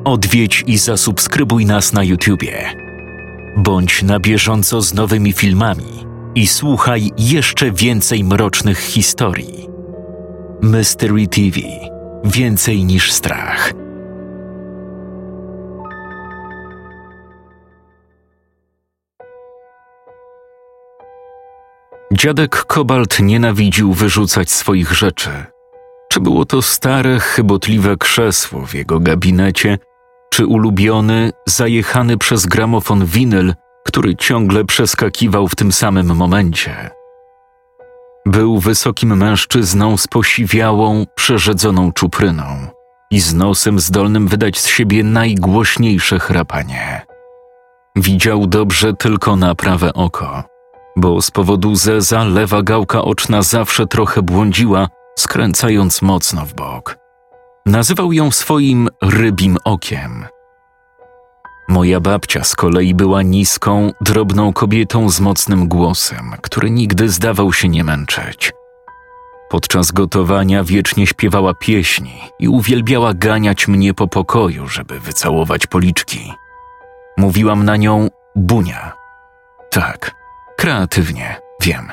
Odwiedź i zasubskrybuj nas na YouTubie. Bądź na bieżąco z nowymi filmami i słuchaj jeszcze więcej mrocznych historii. Mystery TV. Więcej niż strach. Dziadek Kobalt nienawidził wyrzucać swoich rzeczy. Czy było to stare, chybotliwe krzesło w jego gabinecie, czy ulubiony, zajechany przez gramofon winyl, który ciągle przeskakiwał w tym samym momencie. Był wysokim mężczyzną z posiwiałą, przerzedzoną czupryną i z nosem zdolnym wydać z siebie najgłośniejsze chrapanie. Widział dobrze tylko na prawe oko, bo z powodu zeza lewa gałka oczna zawsze trochę błądziła, skręcając mocno w bok. Nazywał ją swoim rybim okiem. Moja babcia z kolei była niską, drobną kobietą z mocnym głosem, który nigdy zdawał się nie męczyć. Podczas gotowania wiecznie śpiewała pieśni i uwielbiała ganiać mnie po pokoju, żeby wycałować policzki. Mówiłam na nią Bunia. Tak, kreatywnie, wiem.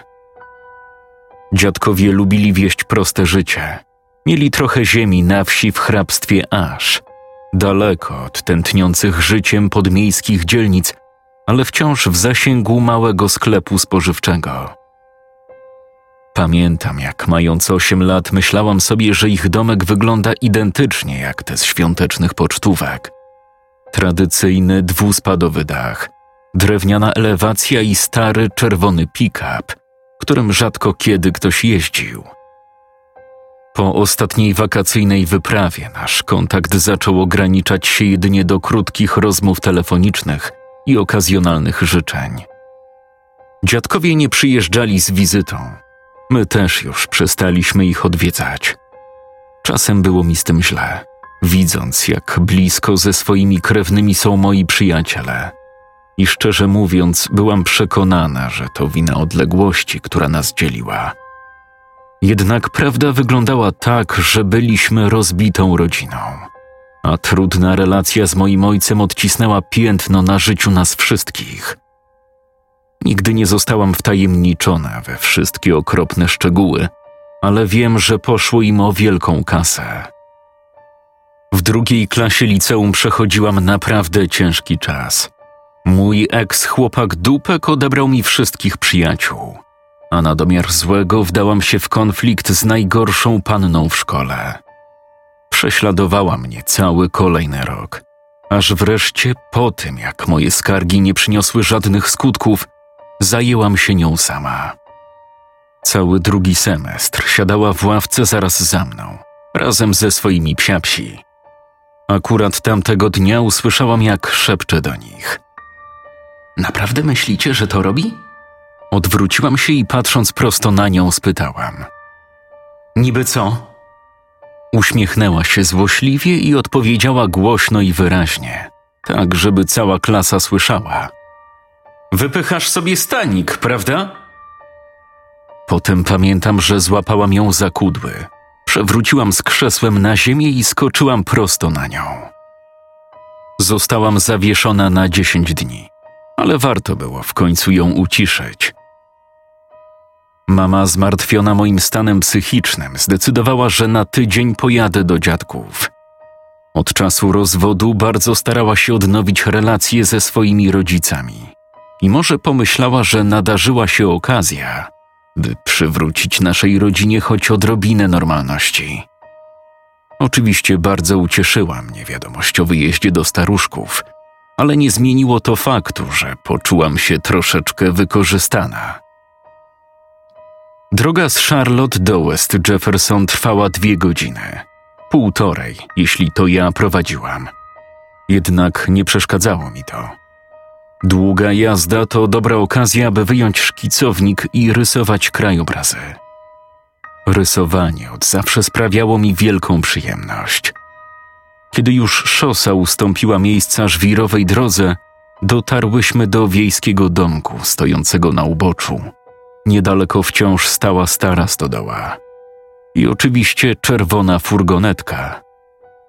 Dziadkowie lubili wieść proste życie. Mieli trochę ziemi na wsi w hrabstwie Asz, daleko od tętniących życiem podmiejskich dzielnic, ale wciąż w zasięgu małego sklepu spożywczego. Pamiętam, jak mając 8 lat myślałam sobie, że ich domek wygląda identycznie jak te z świątecznych pocztówek. Tradycyjny dwuspadowy dach, drewniana elewacja i stary czerwony pick-up, którym rzadko kiedy ktoś jeździł. Po ostatniej wakacyjnej wyprawie nasz kontakt zaczął ograniczać się jedynie do krótkich rozmów telefonicznych i okazjonalnych życzeń. Dziadkowie nie przyjeżdżali z wizytą. My też już przestaliśmy ich odwiedzać. Czasem było mi z tym źle, widząc, jak blisko ze swoimi krewnymi są moi przyjaciele. I szczerze mówiąc, byłam przekonana, że to wina odległości, która nas dzieliła. Jednak prawda wyglądała tak, że byliśmy rozbitą rodziną, a trudna relacja z moim ojcem odcisnęła piętno na życiu nas wszystkich. Nigdy nie zostałam wtajemniczona we wszystkie okropne szczegóły, ale wiem, że poszło im o wielką kasę. W 2. klasie liceum przechodziłam naprawdę ciężki czas. Mój eks-chłopak Dupek odebrał mi wszystkich przyjaciół, a na domiar złego wdałam się w konflikt z najgorszą panną w szkole. Prześladowała mnie cały kolejny rok, aż wreszcie po tym, jak moje skargi nie przyniosły żadnych skutków, zajęłam się nią sama. Cały 2. semestr siadała w ławce zaraz za mną, razem ze swoimi psiapsi. Akurat tamtego dnia usłyszałam, jak szepcze do nich. Naprawdę myślicie, że to robi? Odwróciłam się i patrząc prosto na nią spytałam. Niby co? Uśmiechnęła się złośliwie i odpowiedziała głośno i wyraźnie, tak żeby cała klasa słyszała. Wypychasz sobie stanik, prawda? Potem pamiętam, że złapałam ją za kudły. Przewróciłam z krzesłem na ziemię i skoczyłam prosto na nią. Zostałam zawieszona na 10 dni, ale warto było w końcu ją uciszyć. Mama, zmartwiona moim stanem psychicznym, zdecydowała, że na tydzień pojadę do dziadków. Od czasu rozwodu bardzo starała się odnowić relacje ze swoimi rodzicami i może pomyślała, że nadarzyła się okazja, by przywrócić naszej rodzinie choć odrobinę normalności. Oczywiście bardzo ucieszyła mnie wiadomość o wyjeździe do staruszków, ale nie zmieniło to faktu, że poczułam się troszeczkę wykorzystana. Droga z Charlotte do West Jefferson trwała 2 godziny. 1,5, jeśli to ja prowadziłam. Jednak nie przeszkadzało mi to. Długa jazda to dobra okazja, by wyjąć szkicownik i rysować krajobrazy. Rysowanie od zawsze sprawiało mi wielką przyjemność. Kiedy już szosa ustąpiła miejsca żwirowej drodze, dotarłyśmy do wiejskiego domku stojącego na uboczu. Niedaleko wciąż stała stara stodoła. I oczywiście czerwona furgonetka.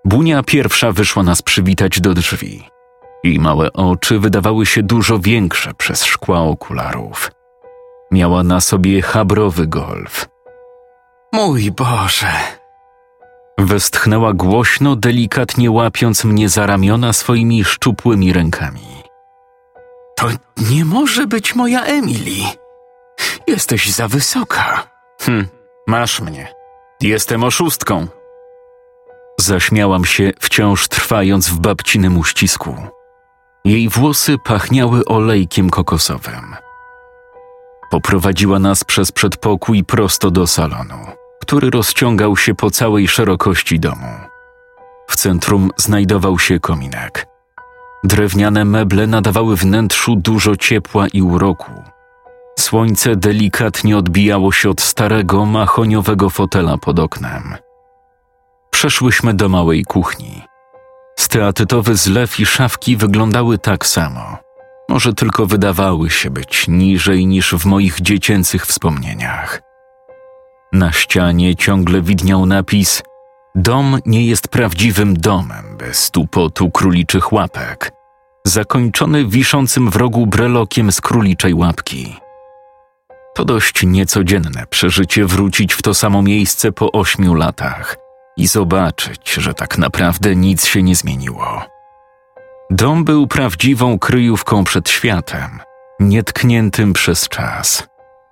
Bunia pierwsza wyszła nas przywitać do drzwi. Jej małe oczy wydawały się dużo większe przez szkła okularów. Miała na sobie chabrowy golf. Mój Boże! Westchnęła głośno, delikatnie łapiąc mnie za ramiona swoimi szczupłymi rękami. To nie może być moja Emily. Jesteś za wysoka. Masz mnie. Jestem oszustką. Zaśmiałam się, wciąż trwając w babcinym uścisku. Jej włosy pachniały olejkiem kokosowym. Poprowadziła nas przez przedpokój prosto do salonu, który rozciągał się po całej szerokości domu. W centrum znajdował się kominek. Drewniane meble nadawały wnętrzu dużo ciepła i uroku. Słońce delikatnie odbijało się od starego, mahoniowego fotela pod oknem. Przeszłyśmy do małej kuchni. Steatytowy zlew i szafki wyglądały tak samo. Może tylko wydawały się być niżej niż w moich dziecięcych wspomnieniach. Na ścianie ciągle widniał napis: dom nie jest prawdziwym domem bez tupotu króliczych łapek, zakończony wiszącym w rogu brelokiem z króliczej łapki. To dość niecodzienne przeżycie wrócić w to samo miejsce po 8 latach i zobaczyć, że tak naprawdę nic się nie zmieniło. Dom był prawdziwą kryjówką przed światem, nietkniętym przez czas.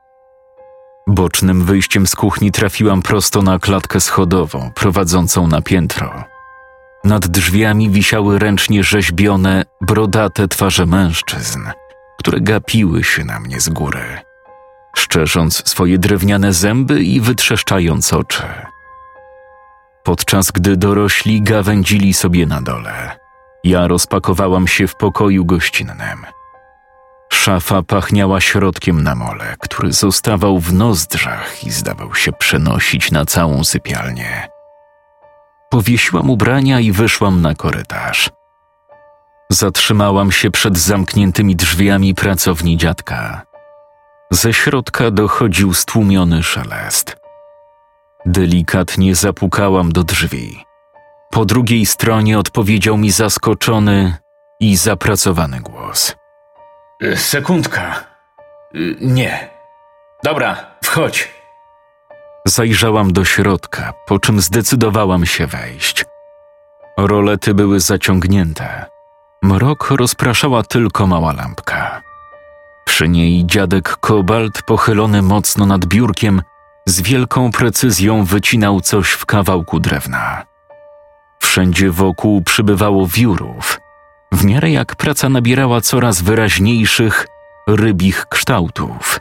Bocznym wyjściem z kuchni trafiłam prosto na klatkę schodową prowadzącą na piętro. Nad drzwiami wisiały ręcznie rzeźbione, brodate twarze mężczyzn, które gapiły się na mnie z góry, szczerząc swoje drewniane zęby i wytrzeszczając oczy. Podczas gdy dorośli gawędzili sobie na dole, ja rozpakowałam się w pokoju gościnnym. Szafa pachniała środkiem na mole, który zostawał w nozdrzach i zdawał się przenosić na całą sypialnię. Powiesiłam ubrania i wyszłam na korytarz. Zatrzymałam się przed zamkniętymi drzwiami pracowni dziadka. Ze środka dochodził stłumiony szelest. Delikatnie zapukałam do drzwi. Po drugiej stronie odpowiedział mi zaskoczony i zapracowany głos. Sekundka. Nie. Dobra, wchodź. Zajrzałam do środka, po czym zdecydowałam się wejść. Rolety były zaciągnięte. Mrok rozpraszała tylko mała lampka. Przy niej dziadek Kobalt, pochylony mocno nad biurkiem, z wielką precyzją wycinał coś w kawałku drewna. Wszędzie wokół przybywało wiórów, w miarę jak praca nabierała coraz wyraźniejszych, rybich kształtów.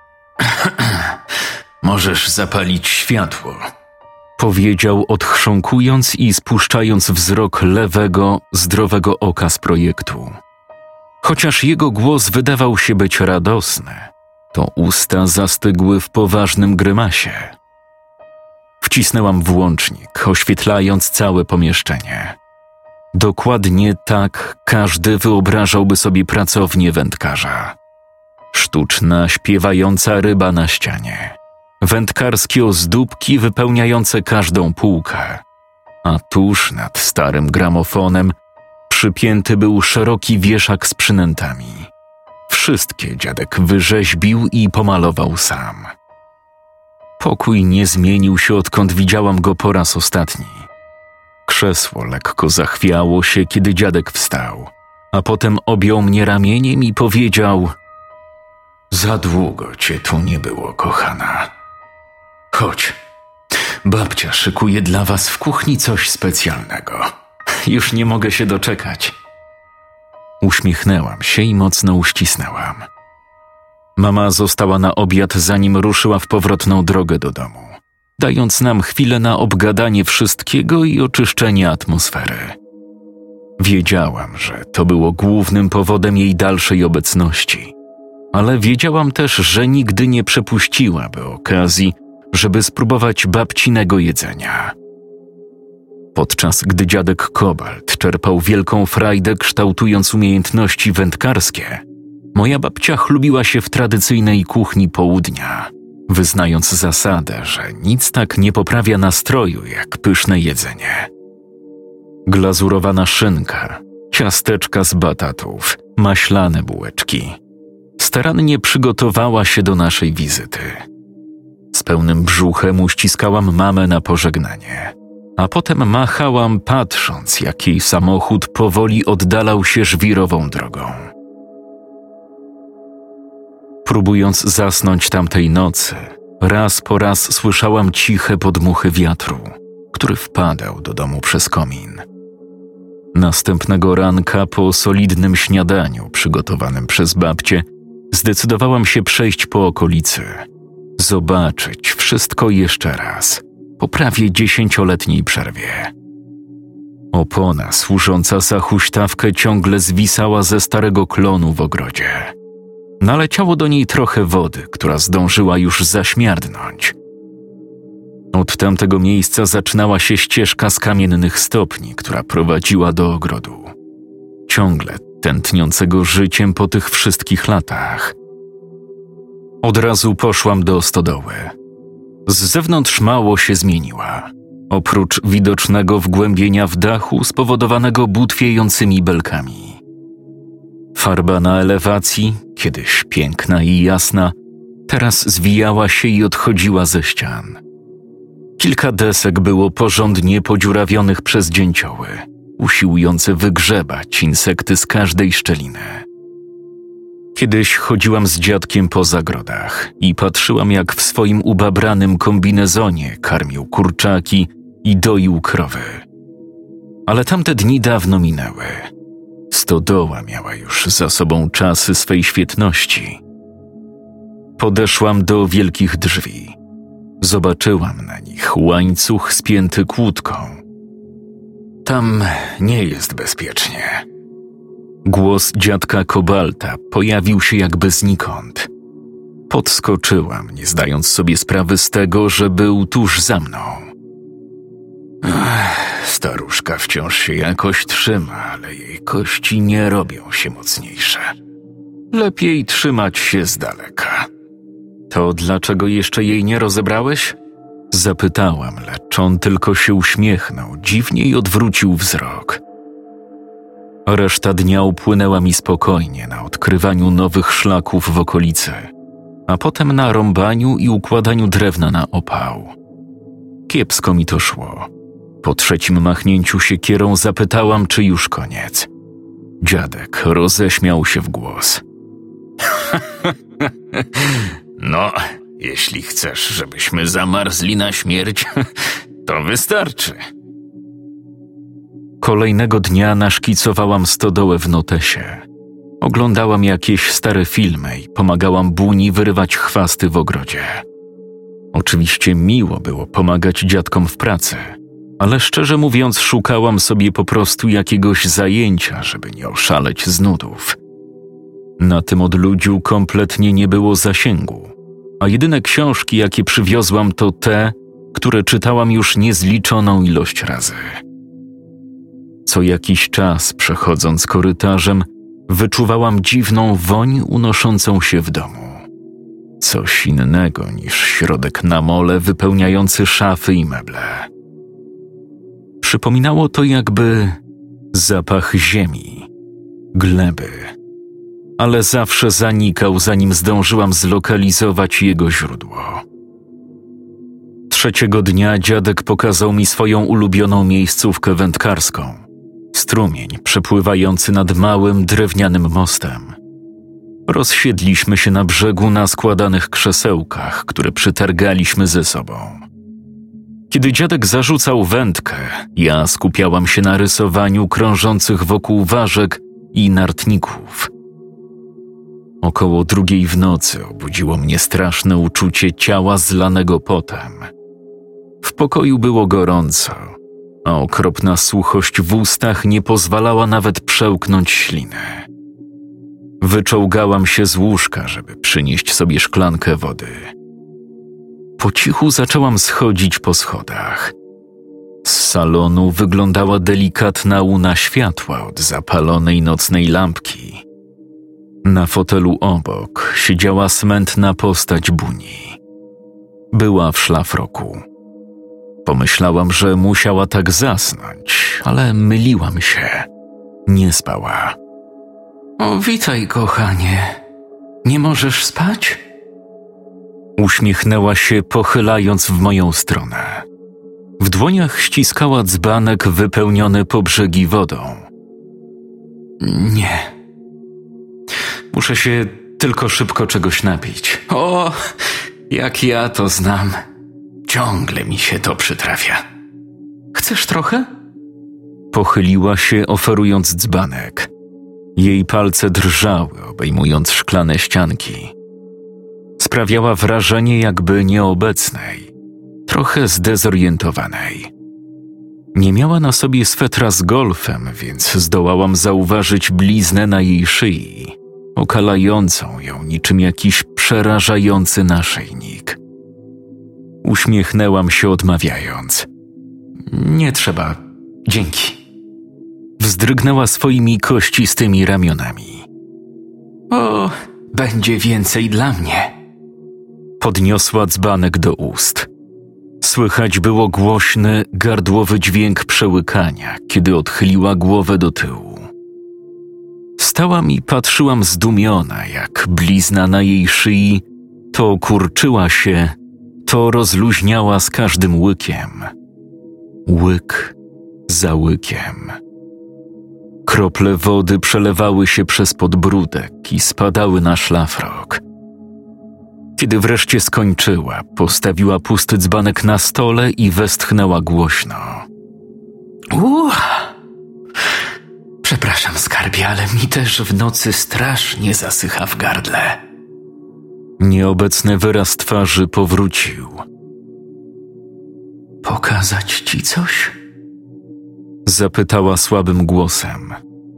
Możesz zapalić światło, powiedział, odchrząkując i spuszczając wzrok lewego, zdrowego oka z projektu. Chociaż jego głos wydawał się być radosny, to usta zastygły w poważnym grymasie. Wcisnęłam włącznik, oświetlając całe pomieszczenie. Dokładnie tak każdy wyobrażałby sobie pracownię wędkarza. Sztuczna, śpiewająca ryba na ścianie. Wędkarskie ozdóbki wypełniające każdą półkę. A tuż nad starym gramofonem przypięty był szeroki wieszak z przynętami. Wszystkie dziadek wyrzeźbił i pomalował sam. Pokój nie zmienił się, odkąd widziałam go po raz ostatni. Krzesło lekko zachwiało się, kiedy dziadek wstał, a potem objął mnie ramieniem i powiedział: za długo cię tu nie było, kochana. Chodź, babcia szykuje dla was w kuchni coś specjalnego. Już nie mogę się doczekać. Uśmiechnęłam się i mocno uścisnęłam. Mama została na obiad, zanim ruszyła w powrotną drogę do domu, dając nam chwilę na obgadanie wszystkiego i oczyszczenie atmosfery. Wiedziałam, że to było głównym powodem jej dalszej obecności, ale wiedziałam też, że nigdy nie przepuściłaby okazji, żeby spróbować babcinego jedzenia. Podczas gdy dziadek Kobalt czerpał wielką frajdę, kształtując umiejętności wędkarskie, moja babcia chlubiła się w tradycyjnej kuchni południa, wyznając zasadę, że nic tak nie poprawia nastroju jak pyszne jedzenie. Glazurowana szynka, ciasteczka z batatów, maślane bułeczki. Starannie przygotowała się do naszej wizyty. Z pełnym brzuchem uściskałam mamę na pożegnanie, a potem machałam, patrząc, jak jej samochód powoli oddalał się żwirową drogą. Próbując zasnąć tamtej nocy, raz po raz słyszałam ciche podmuchy wiatru, który wpadał do domu przez komin. Następnego ranka po solidnym śniadaniu przygotowanym przez babcię zdecydowałam się przejść po okolicy, zobaczyć wszystko jeszcze raz, po prawie 10-letniej przerwie. Opona służąca za huśtawkę ciągle zwisała ze starego klonu w ogrodzie. Naleciało do niej trochę wody, która zdążyła już zaśmiardnąć. Od tamtego miejsca zaczynała się ścieżka z kamiennych stopni, która prowadziła do ogrodu. Ciągle tętniącego życiem po tych wszystkich latach. Od razu poszłam do stodoły. Z zewnątrz mało się zmieniła, oprócz widocznego wgłębienia w dachu spowodowanego butwiejącymi belkami. Farba na elewacji, kiedyś piękna i jasna, teraz zwijała się i odchodziła ze ścian. Kilka desek było porządnie podziurawionych przez dzięcioły, usiłujące wygrzebać insekty z każdej szczeliny. Kiedyś chodziłam z dziadkiem po zagrodach i patrzyłam, jak w swoim ubabranym kombinezonie karmił kurczaki i doił krowy. Ale tamte dni dawno minęły. Stodoła miała już za sobą czasy swej świetności. Podeszłam do wielkich drzwi. Zobaczyłam na nich łańcuch spięty kłódką. Tam nie jest bezpiecznie. Głos dziadka Kobalta pojawił się jakby znikąd. Podskoczyłam, nie zdając sobie sprawy z tego, że był tuż za mną. Staruszka wciąż się jakoś trzyma, ale jej kości nie robią się mocniejsze. Lepiej trzymać się z daleka. To dlaczego jeszcze jej nie rozebrałeś? Zapytałam, lecz on tylko się uśmiechnął dziwnie i odwrócił wzrok. Reszta dnia upłynęła mi spokojnie na odkrywaniu nowych szlaków w okolicy, a potem na rąbaniu i układaniu drewna na opał. Kiepsko mi to szło. Po trzecim machnięciu siekierą zapytałam, czy już koniec. Dziadek roześmiał się w głos. No, jeśli chcesz, żebyśmy zamarzli na śmierć, to wystarczy. Kolejnego dnia naszkicowałam stodołę w notesie. Oglądałam jakieś stare filmy i pomagałam Buni wyrywać chwasty w ogrodzie. Oczywiście miło było pomagać dziadkom w pracy, ale szczerze mówiąc szukałam sobie po prostu jakiegoś zajęcia, żeby nie oszaleć z nudów. Na tym odludziu kompletnie nie było zasięgu, a jedyne książki, jakie przywiozłam, to te, które czytałam już niezliczoną ilość razy. Co jakiś czas, przechodząc korytarzem, wyczuwałam dziwną woń unoszącą się w domu. Coś innego niż środek na mole wypełniający szafy i meble. Przypominało to jakby zapach ziemi, gleby, ale zawsze zanikał, zanim zdążyłam zlokalizować jego źródło. Trzeciego dnia dziadek pokazał mi swoją ulubioną miejscówkę wędkarską. Strumień przepływający nad małym, drewnianym mostem. Rozsiedliśmy się na brzegu na składanych krzesełkach, które przytargaliśmy ze sobą. Kiedy dziadek zarzucał wędkę, ja skupiałam się na rysowaniu krążących wokół ważek i nartników. Około 2:00 w nocy obudziło mnie straszne uczucie ciała zlanego potem. W pokoju było gorąco, a okropna suchość w ustach nie pozwalała nawet przełknąć śliny. Wyczołgałam się z łóżka, żeby przynieść sobie szklankę wody. Po cichu zaczęłam schodzić po schodach. Z salonu wyglądała delikatna łuna światła od zapalonej nocnej lampki. Na fotelu obok siedziała smętna postać Buni. Była w szlafroku. Pomyślałam, że musiała tak zasnąć, ale myliłam się. Nie spała. O, witaj, kochanie. Nie możesz spać? Uśmiechnęła się, pochylając w moją stronę. W dłoniach ściskała dzbanek wypełniony po brzegi wodą. Nie. Muszę się tylko szybko czegoś napić. O, jak ja to znam. Ciągle mi się to przytrafia. Chcesz trochę? Pochyliła się, oferując dzbanek. Jej palce drżały, obejmując szklane ścianki. Sprawiała wrażenie jakby nieobecnej, trochę zdezorientowanej. Nie miała na sobie swetra z golfem, więc zdołałam zauważyć bliznę na jej szyi, okalającą ją niczym jakiś przerażający naszyjnik. Uśmiechnęłam się, odmawiając. Nie trzeba, dzięki. Wzdrygnęła swoimi kościstymi ramionami. O, będzie więcej dla mnie. Podniosła dzbanek do ust. Słychać było głośny, gardłowy dźwięk przełykania, kiedy odchyliła głowę do tyłu. Stałam i patrzyłam zdumiona, jak blizna na jej szyi to kurczyła się, to rozluźniała z każdym łykiem. Łyk za łykiem. Krople wody przelewały się przez podbródek i spadały na szlafrok. Kiedy wreszcie skończyła, postawiła pusty dzbanek na stole i westchnęła głośno. Przepraszam, skarbie, ale mi też w nocy strasznie zasycha w gardle. Nieobecny wyraz twarzy powrócił. Pokazać ci coś? Zapytała słabym głosem.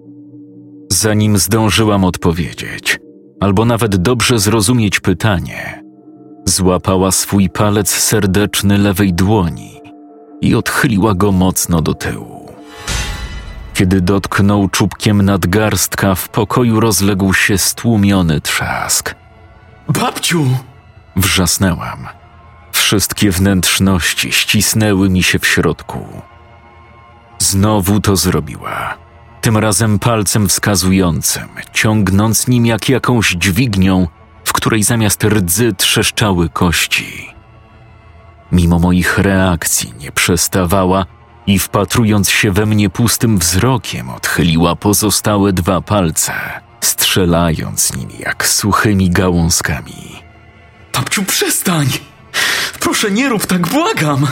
Zanim zdążyłam odpowiedzieć, albo nawet dobrze zrozumieć pytanie, złapała swój palec serdeczny lewej dłoni i odchyliła go mocno do tyłu. Kiedy dotknął czubkiem nadgarstka, w pokoju rozległ się stłumiony trzask. Babciu! Wrzasnęłam. Wszystkie wnętrzności ścisnęły mi się w środku. Znowu to zrobiła. Tym razem palcem wskazującym, ciągnąc nim jak jakąś dźwignią, w której zamiast rdzy trzeszczały kości. Mimo moich reakcji nie przestawała i wpatrując się we mnie pustym wzrokiem, odchyliła pozostałe 2 palce, strzelając nimi jak suchymi gałązkami. Babciu, przestań! Proszę, nie rób tak, błagam!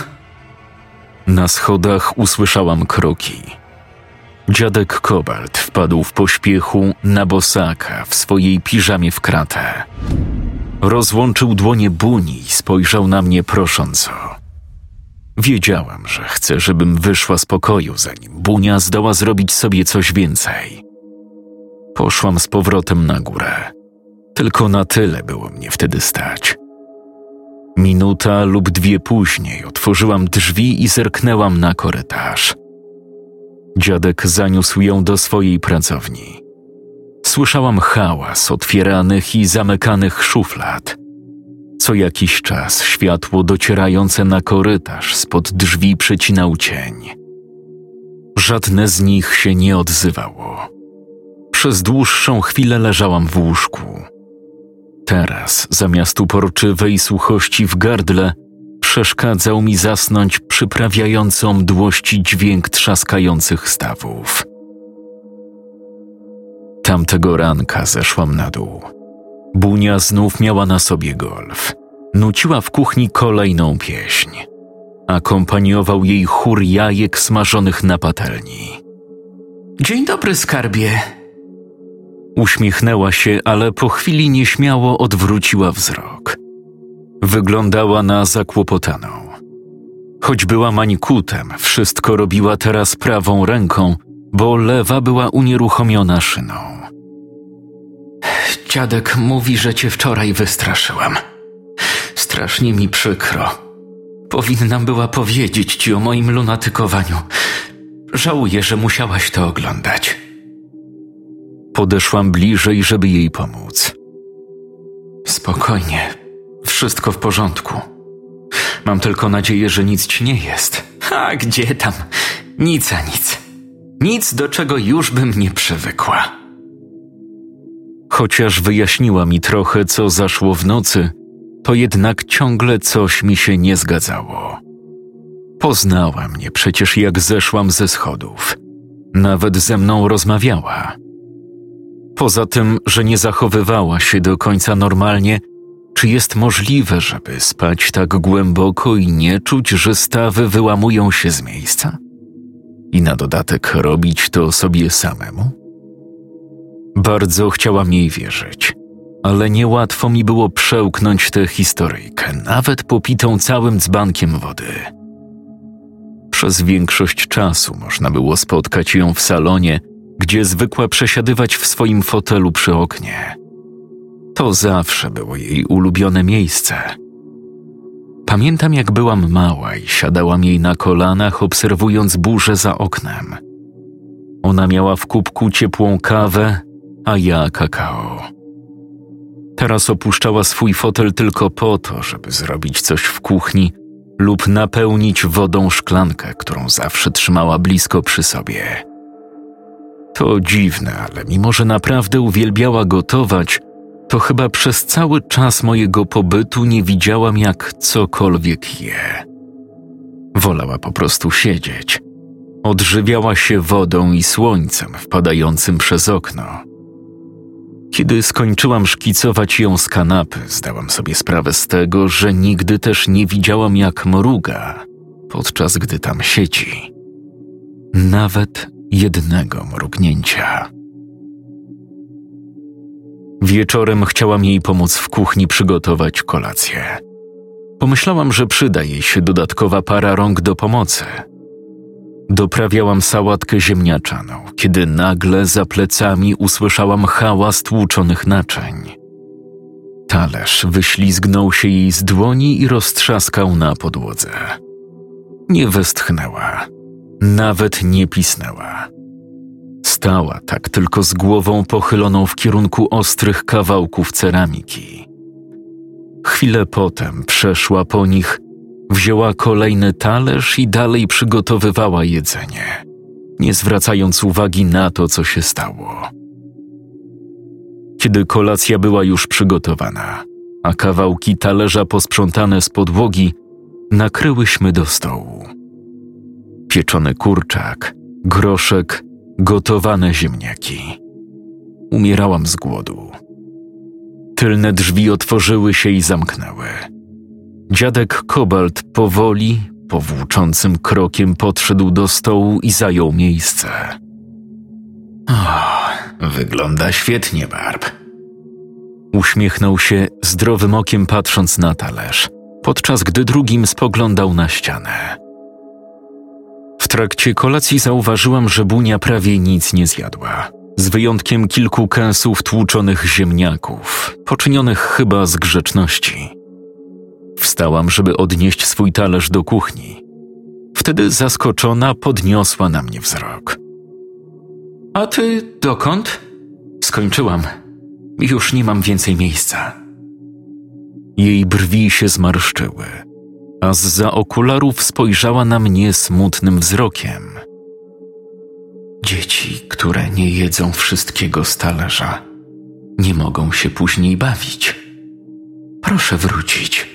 Na schodach usłyszałam kroki. Dziadek Kobalt wpadł w pośpiechu na bosaka w swojej piżamie w kratę. Rozłączył dłonie Buni i spojrzał na mnie prosząco. Wiedziałam, że chce, żebym wyszła z pokoju, zanim Bunia zdoła zrobić sobie coś więcej. Poszłam z powrotem na górę. Tylko na tyle było mnie wtedy stać. Minuta lub 2 później otworzyłam drzwi i zerknęłam na korytarz. Dziadek zaniósł ją do swojej pracowni. Słyszałam hałas otwieranych i zamykanych szuflad. Co jakiś czas światło docierające na korytarz spod drzwi przecinał cień. Żadne z nich się nie odzywało. Przez dłuższą chwilę leżałam w łóżku. Teraz, zamiast uporczywej suchości w gardle, przeszkadzał mi zasnąć przyprawiający o mdłości dźwięk trzaskających stawów. Tamtego ranka zeszłam na dół. Bunia znów miała na sobie golf. Nuciła w kuchni kolejną pieśń. Akompaniował jej chór jajek smażonych na patelni. Dzień dobry, skarbie. Uśmiechnęła się, ale po chwili nieśmiało odwróciła wzrok. Wyglądała na zakłopotaną. Choć była manikutem, wszystko robiła teraz prawą ręką, bo lewa była unieruchomiona szyną. Dziadek mówi, że cię wczoraj wystraszyłam. Strasznie mi przykro. Powinnam była powiedzieć ci o moim lunatykowaniu. Żałuję, że musiałaś to oglądać. Podeszłam bliżej, żeby jej pomóc. Spokojnie. Wszystko w porządku. Mam tylko nadzieję, że nic ci nie jest. A gdzie tam? Nic a nic. Nic, do czego już bym nie przywykła. Chociaż wyjaśniła mi trochę, co zaszło w nocy, to jednak ciągle coś mi się nie zgadzało. Poznała mnie przecież, jak zeszłam ze schodów. Nawet ze mną rozmawiała. Poza tym, że nie zachowywała się do końca normalnie, czy jest możliwe, żeby spać tak głęboko i nie czuć, że stawy wyłamują się z miejsca? I na dodatek robić to sobie samemu? Bardzo chciałam jej wierzyć, ale niełatwo mi było przełknąć tę historyjkę, nawet popitą całym dzbankiem wody. Przez większość czasu można było spotkać ją w salonie, gdzie zwykła przesiadywać w swoim fotelu przy oknie. To zawsze było jej ulubione miejsce. Pamiętam, jak byłam mała i siadałam jej na kolanach, obserwując burzę za oknem. Ona miała w kubku ciepłą kawę, a ja kakao. Teraz opuszczała swój fotel tylko po to, żeby zrobić coś w kuchni lub napełnić wodą szklankę, którą zawsze trzymała blisko przy sobie. To dziwne, ale mimo że naprawdę uwielbiała gotować, to chyba przez cały czas mojego pobytu nie widziałam, jak cokolwiek je. Wolała po prostu siedzieć. Odżywiała się wodą i słońcem wpadającym przez okno. Kiedy skończyłam szkicować ją z kanapy, zdałam sobie sprawę z tego, że nigdy też nie widziałam, jak mruga, podczas gdy tam siedzi. Nawet jednego mrugnięcia. Wieczorem chciałam jej pomóc w kuchni przygotować kolację. Pomyślałam, że przyda jej się dodatkowa para rąk do pomocy. Doprawiałam sałatkę ziemniaczaną, kiedy nagle za plecami usłyszałam hałas tłuczonych naczyń. Talerz wyślizgnął się jej z dłoni i roztrzaskał na podłodze. Nie westchnęła, nawet nie pisnęła. Stała tak tylko z głową pochyloną w kierunku ostrych kawałków ceramiki. Chwilę potem przeszła po nich, wzięła kolejny talerz i dalej przygotowywała jedzenie, nie zwracając uwagi na to, co się stało. Kiedy kolacja była już przygotowana, a kawałki talerza posprzątane z podłogi, nakryłyśmy do stołu. Pieczony kurczak, groszek, gotowane ziemniaki. Umierałam z głodu. Tylne drzwi otworzyły się i zamknęły. Dziadek Kobalt powoli, powłóczącym krokiem podszedł do stołu i zajął miejsce. Wygląda świetnie, Barb. Uśmiechnął się, zdrowym okiem patrząc na talerz, podczas gdy drugim spoglądał na ścianę. W trakcie kolacji zauważyłam, że Bunia prawie nic nie zjadła, z wyjątkiem kilku kęsów tłuczonych ziemniaków, poczynionych chyba z grzeczności. Wstałam, żeby odnieść swój talerz do kuchni. Wtedy zaskoczona podniosła na mnie wzrok. A ty dokąd? Skończyłam. Już nie mam więcej miejsca. Jej brwi się zmarszczyły, a zza okularów spojrzała na mnie smutnym wzrokiem. Dzieci, które nie jedzą wszystkiego z talerza, nie mogą się później bawić. Proszę wrócić.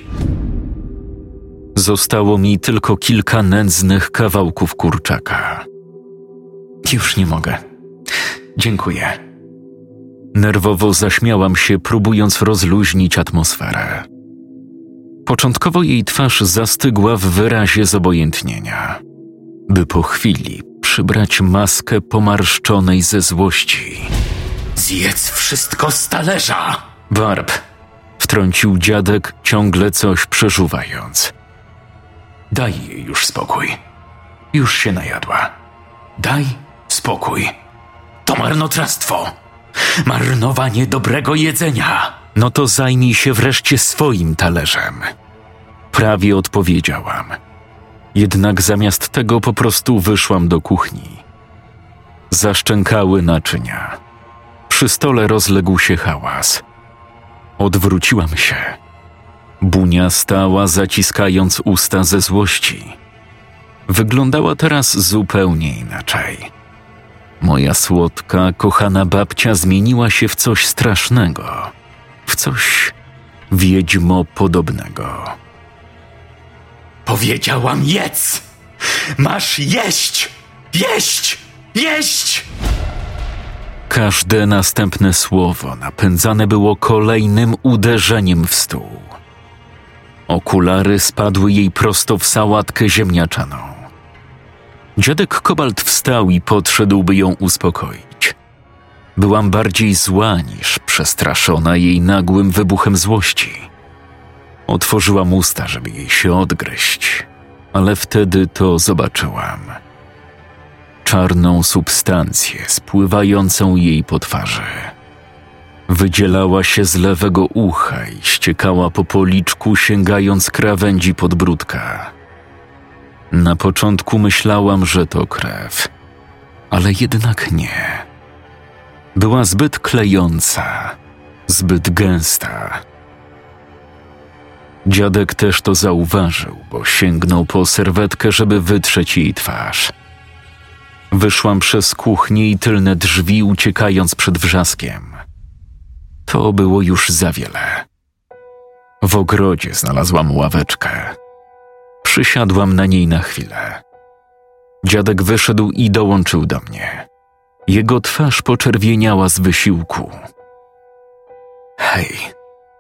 Zostało mi tylko kilka nędznych kawałków kurczaka. Już nie mogę. Dziękuję. Nerwowo zaśmiałam się, próbując rozluźnić atmosferę. Początkowo jej twarz zastygła w wyrazie zobojętnienia, by po chwili przybrać maskę pomarszczonej ze złości. Zjedz wszystko z talerza! Barb, wtrącił dziadek, ciągle coś przeżuwając. Daj jej już spokój. Już się najadła. Daj spokój. To marnotrawstwo. Marnowanie dobrego jedzenia. No to zajmij się wreszcie swoim talerzem. Prawie odpowiedziałam. Jednak zamiast tego po prostu wyszłam do kuchni. Zaszczękały naczynia. Przy stole rozległ się hałas. Odwróciłam się. Bunia stała, zaciskając usta ze złości. Wyglądała teraz zupełnie inaczej. Moja słodka, kochana babcia zmieniła się w coś strasznego, w coś wiedźmo podobnego. Powiedziałam jedz! Masz jeść! Jeść! Jeść! Każde następne słowo napędzane było kolejnym uderzeniem w stół. Okulary spadły jej prosto w sałatkę ziemniaczaną. Dziadek Kobalt wstał i podszedł, by ją uspokoić. Byłam bardziej zła niż przestraszona jej nagłym wybuchem złości. Otworzyłam usta, żeby jej się odgryźć, ale wtedy to zobaczyłam. Czarną substancję spływającą jej po twarzy. Wydzielała się z lewego ucha i ściekała po policzku, sięgając krawędzi podbródka. Na początku myślałam, że to krew, ale jednak nie. Była zbyt klejąca, zbyt gęsta. Dziadek też to zauważył, bo sięgnął po serwetkę, żeby wytrzeć jej twarz. Wyszłam przez kuchnię i tylne drzwi, uciekając przed wrzaskiem. To było już za wiele. W ogrodzie znalazłam ławeczkę. Przysiadłam na niej na chwilę. Dziadek wyszedł i dołączył do mnie. Jego twarz poczerwieniała z wysiłku. Hej.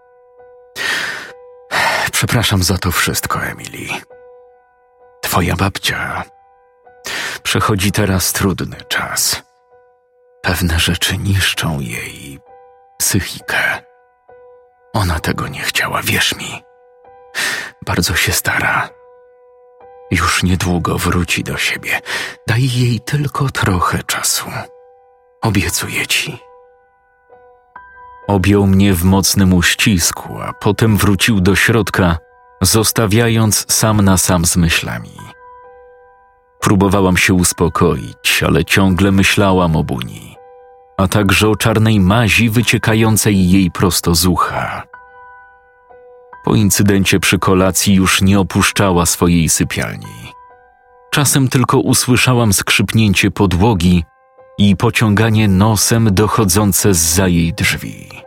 Przepraszam za to wszystko, Emily. Twoja babcia przechodzi teraz trudny czas. Pewne rzeczy niszczą jej psychikę. Ona tego nie chciała, wierz mi. Bardzo się stara. Już niedługo wróci do siebie. Daj jej tylko trochę czasu. Obiecuję ci. Objął mnie w mocnym uścisku, a potem wrócił do środka, zostawiając sam na sam z myślami. Próbowałam się uspokoić, ale ciągle myślałam o Buni, a także o czarnej mazi wyciekającej jej prosto z ucha. Po incydencie przy kolacji już nie opuszczała swojej sypialni. Czasem tylko usłyszałam skrzypnięcie podłogi i pociąganie nosem dochodzące zza jej drzwi.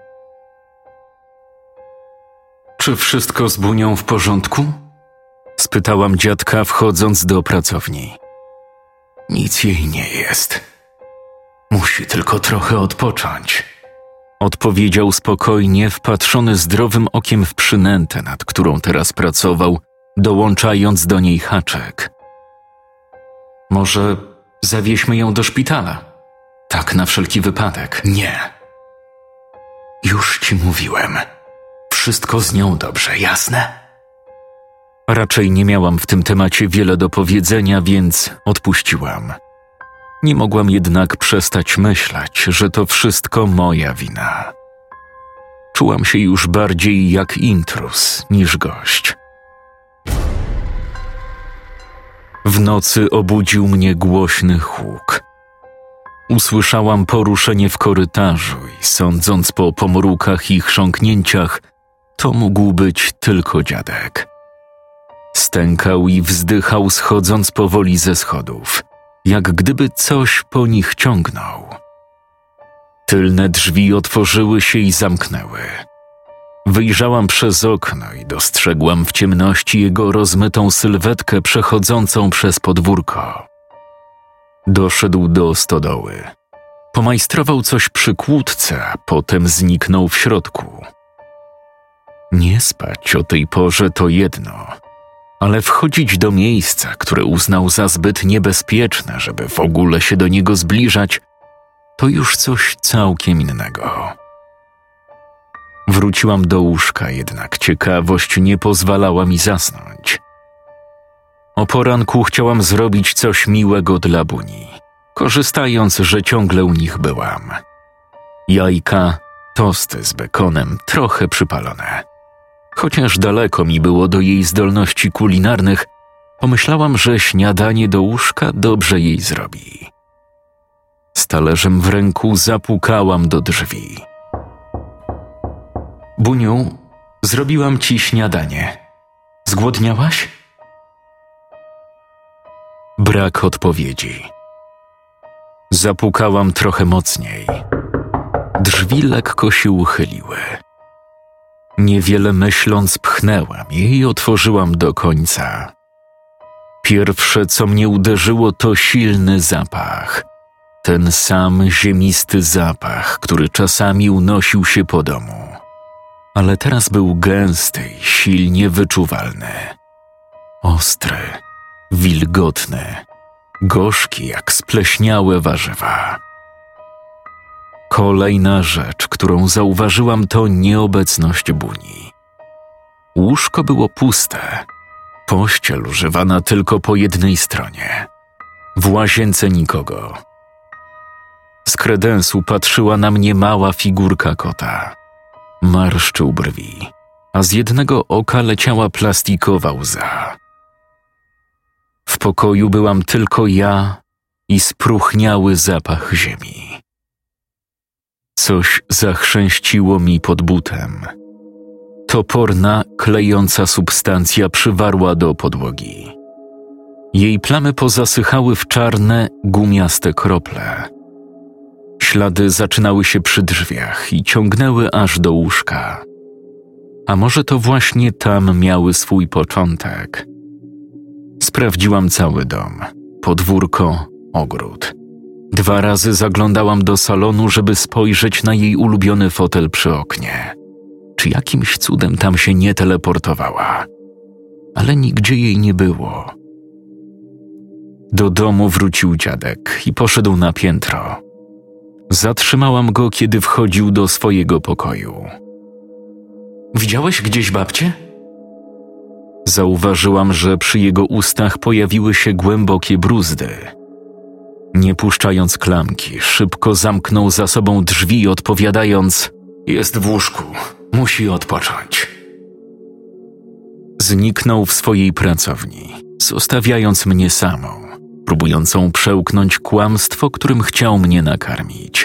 Czy wszystko z Bunią w porządku? Spytałam dziadka, wchodząc do pracowni. Nic jej nie jest. Musi tylko trochę odpocząć. Odpowiedział spokojnie, wpatrzony zdrowym okiem w przynętę, nad którą teraz pracował, dołączając do niej haczek. Może zawieźmy ją do szpitala? Tak na wszelki wypadek. Nie. Już ci mówiłem. Wszystko z nią dobrze, jasne? Raczej nie miałam w tym temacie wiele do powiedzenia, więc odpuściłam. Nie mogłam jednak przestać myśleć, że to wszystko moja wina. Czułam się już bardziej jak intruz niż gość. W nocy obudził mnie głośny huk. Usłyszałam poruszenie w korytarzu i sądząc po pomrukach i chrząknięciach, to mógł być tylko dziadek. Stękał i wzdychał, schodząc powoli ze schodów, jak gdyby coś po nich ciągnął. Tylne drzwi otworzyły się i zamknęły. Wyjrzałam przez okno i dostrzegłam w ciemności jego rozmytą sylwetkę przechodzącą przez podwórko. Doszedł do stodoły. Pomajstrował coś przy kłódce, a potem zniknął w środku. Nie spać o tej porze to jedno, ale wchodzić do miejsca, które uznał za zbyt niebezpieczne, żeby w ogóle się do niego zbliżać, to już coś całkiem innego. Wróciłam do łóżka, jednak ciekawość nie pozwalała mi zasnąć. O poranku chciałam zrobić coś miłego dla Buni, korzystając, że ciągle u nich byłam. Jajka, tosty z bekonem, trochę przypalone. Chociaż daleko mi było do jej zdolności kulinarnych, pomyślałam, że śniadanie do łóżka dobrze jej zrobi. Z talerzem w ręku zapukałam do drzwi. Buniu, Zrobiłam ci śniadanie. Zgłodniałaś? Brak odpowiedzi. Zapukałam trochę mocniej. Drzwi lekko się uchyliły. Niewiele myśląc, pchnęłam je i otworzyłam do końca. Pierwsze, co mnie uderzyło, to silny zapach. Ten sam ziemisty zapach, który czasami unosił się po domu. Ale teraz był gęsty i silnie wyczuwalny. Ostry, wilgotny, gorzki jak spleśniałe warzywa. Kolejna rzecz, którą zauważyłam, to nieobecność Buni. Łóżko było puste, pościel używana tylko po jednej stronie. W łazience nikogo. Z kredensu patrzyła na mnie mała figurka kota. Marszczył brwi, a z jednego oka leciała plastikowa łza. W pokoju byłam tylko ja i spróchniały zapach ziemi. Coś zachrzęściło mi pod butem. Toporna, klejąca substancja przywarła do podłogi. Jej plamy pozasychały w czarne, gumiaste krople. Ślady zaczynały się przy drzwiach i ciągnęły aż do łóżka. A może to właśnie tam miały swój początek? Sprawdziłam cały dom, podwórko, ogród. 2 razy zaglądałam do salonu, żeby spojrzeć na jej ulubiony fotel przy oknie. Czy jakimś cudem tam się nie teleportowała? Ale nigdzie jej nie było. Do domu wrócił dziadek i poszedł na piętro. Zatrzymałam go, kiedy wchodził do swojego pokoju. Widziałeś gdzieś babcię? Zauważyłam, że przy jego ustach pojawiły się głębokie bruzdy. Nie puszczając klamki, szybko zamknął za sobą drzwi, odpowiadając: Jest w łóżku, musi odpocząć. Zniknął w swojej pracowni, zostawiając mnie samą, próbującą przełknąć kłamstwo, którym chciał mnie nakarmić.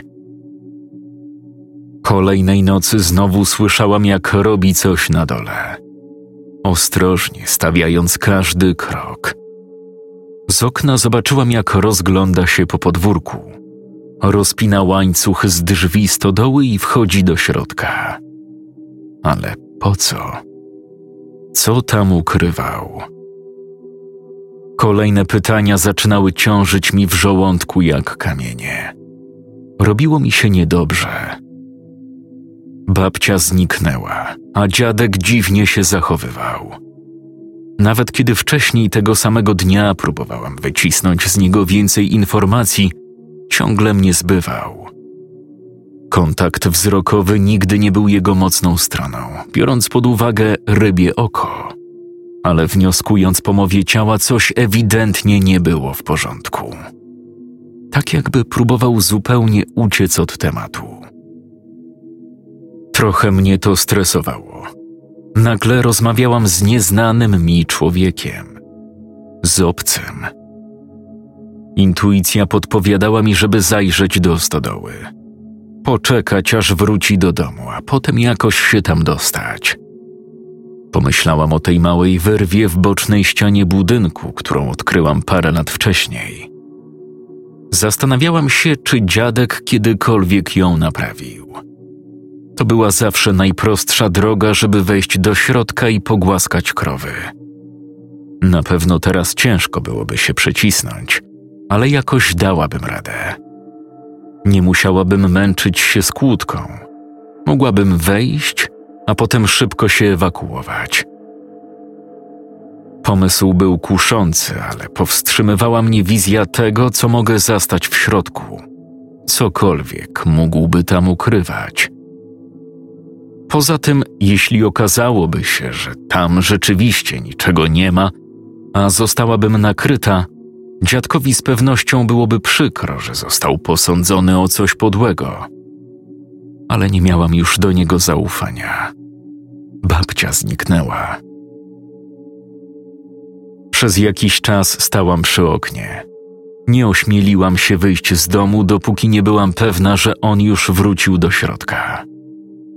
Kolejnej nocy znowu słyszałam, jak robi coś na dole. Ostrożnie stawiając każdy krok. Z okna zobaczyłam, jak rozgląda się po podwórku. Rozpina łańcuch z drzwi stodoły i wchodzi do środka. Ale po co? Co tam ukrywał? Kolejne pytania zaczynały ciążyć mi w żołądku jak kamienie. Robiło mi się niedobrze. Babcia zniknęła, a dziadek dziwnie się zachowywał. Nawet kiedy wcześniej tego samego dnia próbowałam wycisnąć z niego więcej informacji, ciągle mnie zbywał. Kontakt wzrokowy nigdy nie był jego mocną stroną, biorąc pod uwagę rybie oko. Ale wnioskując po mowie ciała, coś ewidentnie nie było w porządku. Tak jakby próbował zupełnie uciec od tematu. Trochę mnie to stresowało. Nagle rozmawiałam z nieznanym mi człowiekiem. Z obcym. Intuicja podpowiadała mi, żeby zajrzeć do stodoły. Poczekać, aż wróci do domu, a potem jakoś się tam dostać. Pomyślałam o tej małej wyrwie w bocznej ścianie budynku, którą odkryłam parę lat wcześniej. Zastanawiałam się, czy dziadek kiedykolwiek ją naprawił. To była zawsze najprostsza droga, żeby wejść do środka i pogłaskać krowy. Na pewno teraz ciężko byłoby się przecisnąć, ale jakoś dałabym radę. Nie musiałabym męczyć się z kłódką. Mogłabym wejść, a potem szybko się ewakuować. Pomysł był kuszący, ale powstrzymywała mnie wizja tego, co mogę zastać w środku. Cokolwiek mógłby tam ukrywać. Poza tym, jeśli okazałoby się, że tam rzeczywiście niczego nie ma, a zostałabym nakryta, dziadkowi z pewnością byłoby przykro, że został posądzony o coś podłego. Ale nie miałam już do niego zaufania. Babcia zniknęła. Przez jakiś czas stałam przy oknie. Nie ośmieliłam się wyjść z domu, dopóki nie byłam pewna, że on już wrócił do środka. Z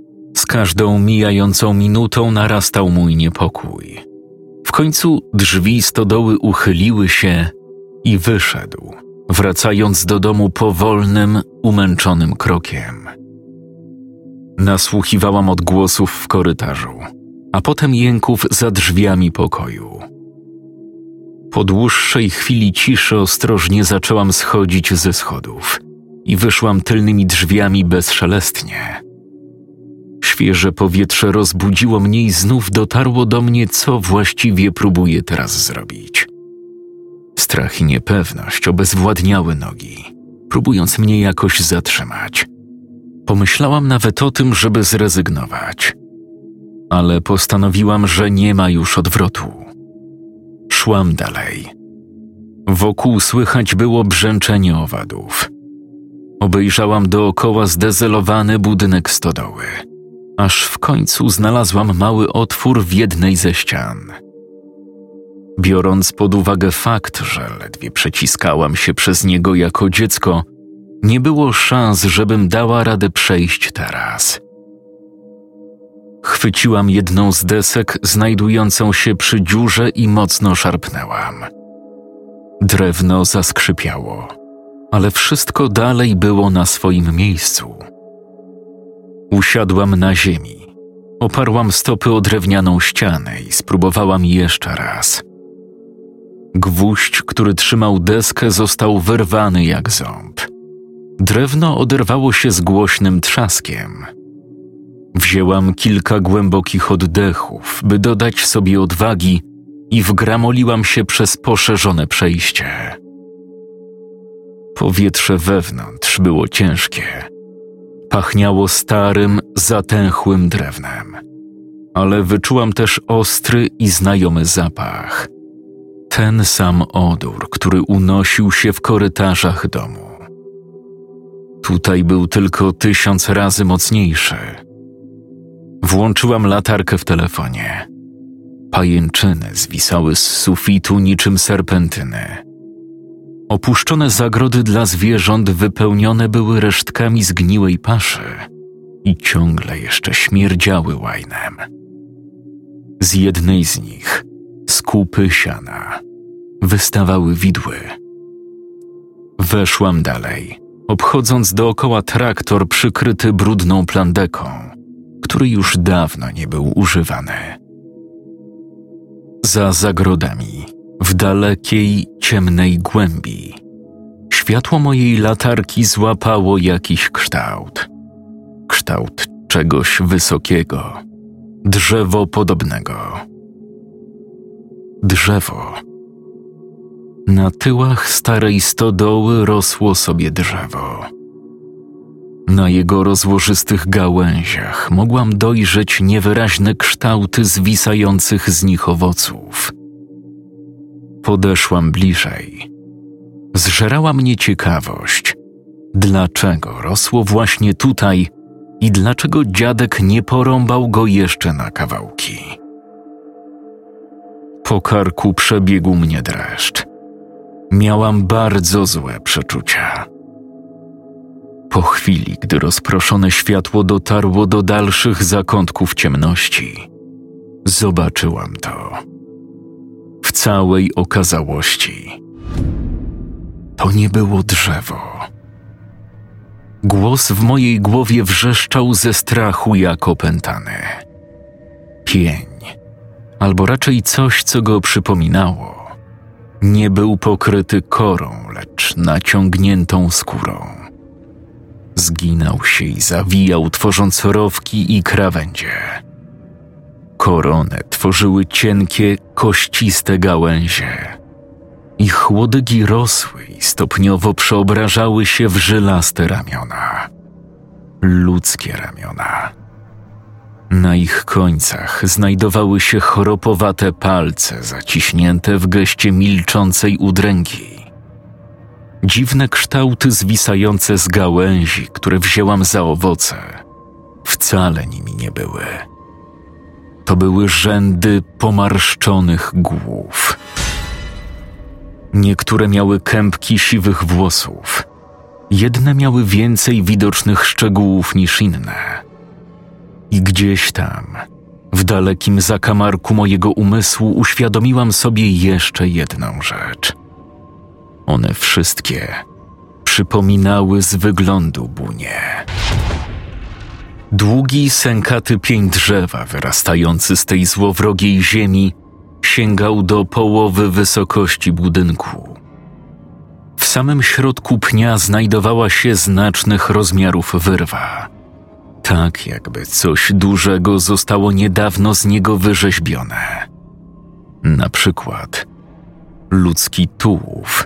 każdą mijającą minutą narastał mój niepokój. W końcu drzwi stodoły uchyliły się i wyszedł, wracając do domu powolnym, umęczonym krokiem. Nasłuchiwałam odgłosów w korytarzu, a potem jęków za drzwiami pokoju. Po dłuższej chwili ciszy ostrożnie zaczęłam schodzić ze schodów i wyszłam tylnymi drzwiami bezszelestnie. Świeże powietrze rozbudziło mnie i znów dotarło do mnie, co właściwie próbuję teraz zrobić. Strach i niepewność obezwładniały nogi, próbując mnie jakoś zatrzymać. Pomyślałam nawet o tym, żeby zrezygnować. Ale postanowiłam, że nie ma już odwrotu. Szłam dalej. Wokół słychać było brzęczenie owadów. Obejrzałam dookoła zdezelowany budynek stodoły, aż w końcu znalazłam mały otwór w jednej ze ścian. Biorąc pod uwagę fakt, że ledwie przeciskałam się przez niego jako dziecko, nie było szans, żebym dała radę przejść teraz. Chwyciłam jedną z desek znajdującą się przy dziurze i mocno szarpnęłam. Drewno zaskrzypiało, ale wszystko dalej było na swoim miejscu. Usiadłam na ziemi, oparłam stopy o drewnianą ścianę i spróbowałam jeszcze raz. Gwóźdź, który trzymał deskę, został wyrwany jak ząb. Drewno oderwało się z głośnym trzaskiem. Wzięłam kilka głębokich oddechów, by dodać sobie odwagi i wgramoliłam się przez poszerzone przejście. Powietrze wewnątrz było ciężkie. Pachniało starym, zatęchłym drewnem, ale wyczułam też ostry i znajomy zapach. Ten sam odór, który unosił się w korytarzach domu. Tutaj był tylko 1000 razy mocniejszy. Włączyłam latarkę w telefonie. Pajęczyny zwisały z sufitu niczym serpentyny. Opuszczone zagrody dla zwierząt wypełnione były resztkami zgniłej paszy i ciągle jeszcze śmierdziały łajnem. Z jednej z nich, z kupy siana, wystawały widły. Weszłam dalej, obchodząc dookoła traktor przykryty brudną plandeką, który już dawno nie był używany. Za zagrodami, w dalekiej, ciemnej głębi, światło mojej latarki złapało jakiś kształt. Kształt czegoś wysokiego, drzewopodobnego. Drzewo. Na tyłach starej stodoły rosło sobie drzewo. Na jego rozłożystych gałęziach mogłam dojrzeć niewyraźne kształty zwisających z nich owoców. Podeszłam bliżej. Zżerała mnie ciekawość, dlaczego rosło właśnie tutaj i dlaczego dziadek nie porąbał go jeszcze na kawałki. Po karku przebiegł mnie dreszcz. Miałam bardzo złe przeczucia. Po chwili, gdy rozproszone światło dotarło do dalszych zakątków ciemności, zobaczyłam to. W całej okazałości. To nie było drzewo. Głos w mojej głowie wrzeszczał ze strachu jak opętany. Pień, albo raczej coś, co go przypominało, nie był pokryty korą, lecz naciągniętą skórą. Zginał się i zawijał, tworząc rowki i krawędzie. Koronę tworzyły cienkie, kościste gałęzie. Ich łodygi rosły i stopniowo przeobrażały się w żylaste ramiona. Ludzkie ramiona. Na ich końcach znajdowały się chropowate palce zaciśnięte w geście milczącej udręki. Dziwne kształty zwisające z gałęzi, które wzięłam za owoce, wcale nimi nie były. To były rzędy pomarszczonych głów. Niektóre miały kępki siwych włosów. Jedne miały więcej widocznych szczegółów niż inne. I gdzieś tam, w dalekim zakamarku mojego umysłu, uświadomiłam sobie jeszcze jedną rzecz. One wszystkie przypominały z wyglądu bunię. Długi, sękaty pień drzewa wyrastający z tej złowrogiej ziemi sięgał do połowy wysokości budynku. W samym środku pnia znajdowała się znacznych rozmiarów wyrwa. Tak jakby coś dużego zostało niedawno z niego wyrzeźbione. Na przykład ludzki tułów.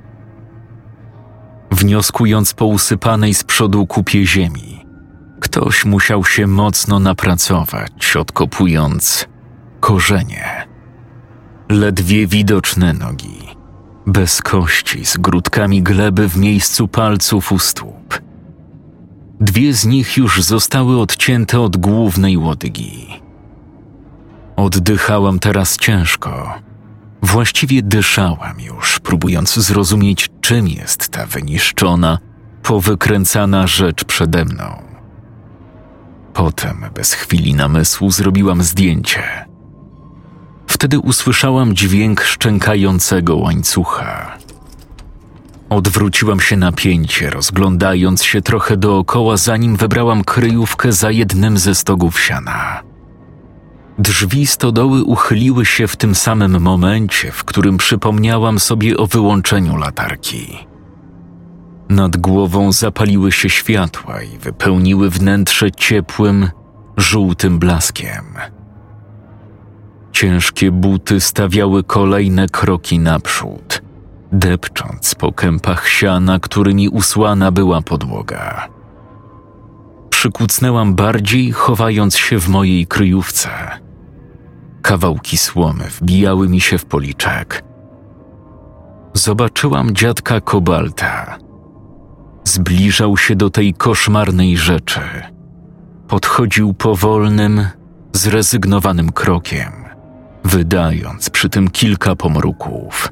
Wnioskując po usypanej z przodu kupie ziemi, ktoś musiał się mocno napracować, odkopując korzenie. Ledwie widoczne nogi, bez kości, z grudkami gleby w miejscu palców u stóp. 2 z nich już zostały odcięte od głównej łodygi. Oddychałam teraz ciężko. Właściwie dyszałam już, próbując zrozumieć, czym jest ta wyniszczona, powykręcana rzecz przede mną. Potem, bez chwili namysłu, zrobiłam zdjęcie. Wtedy usłyszałam dźwięk szczękającego łańcucha. Odwróciłam się napięcie, rozglądając się trochę dookoła, zanim wybrałam kryjówkę za jednym ze stogów siana. Drzwi stodoły uchyliły się w tym samym momencie, w którym przypomniałam sobie o wyłączeniu latarki. Nad głową zapaliły się światła i wypełniły wnętrze ciepłym, żółtym blaskiem. Ciężkie buty stawiały kolejne kroki naprzód, depcząc po kępach siana, którymi usłana była podłoga. Przykucnęłam bardziej, chowając się w mojej kryjówce. Kawałki słomy wbijały mi się w policzek. Zobaczyłam dziadka Kobalta. Zbliżał się do tej koszmarnej rzeczy. Podchodził powolnym, zrezygnowanym krokiem, wydając przy tym kilka pomruków.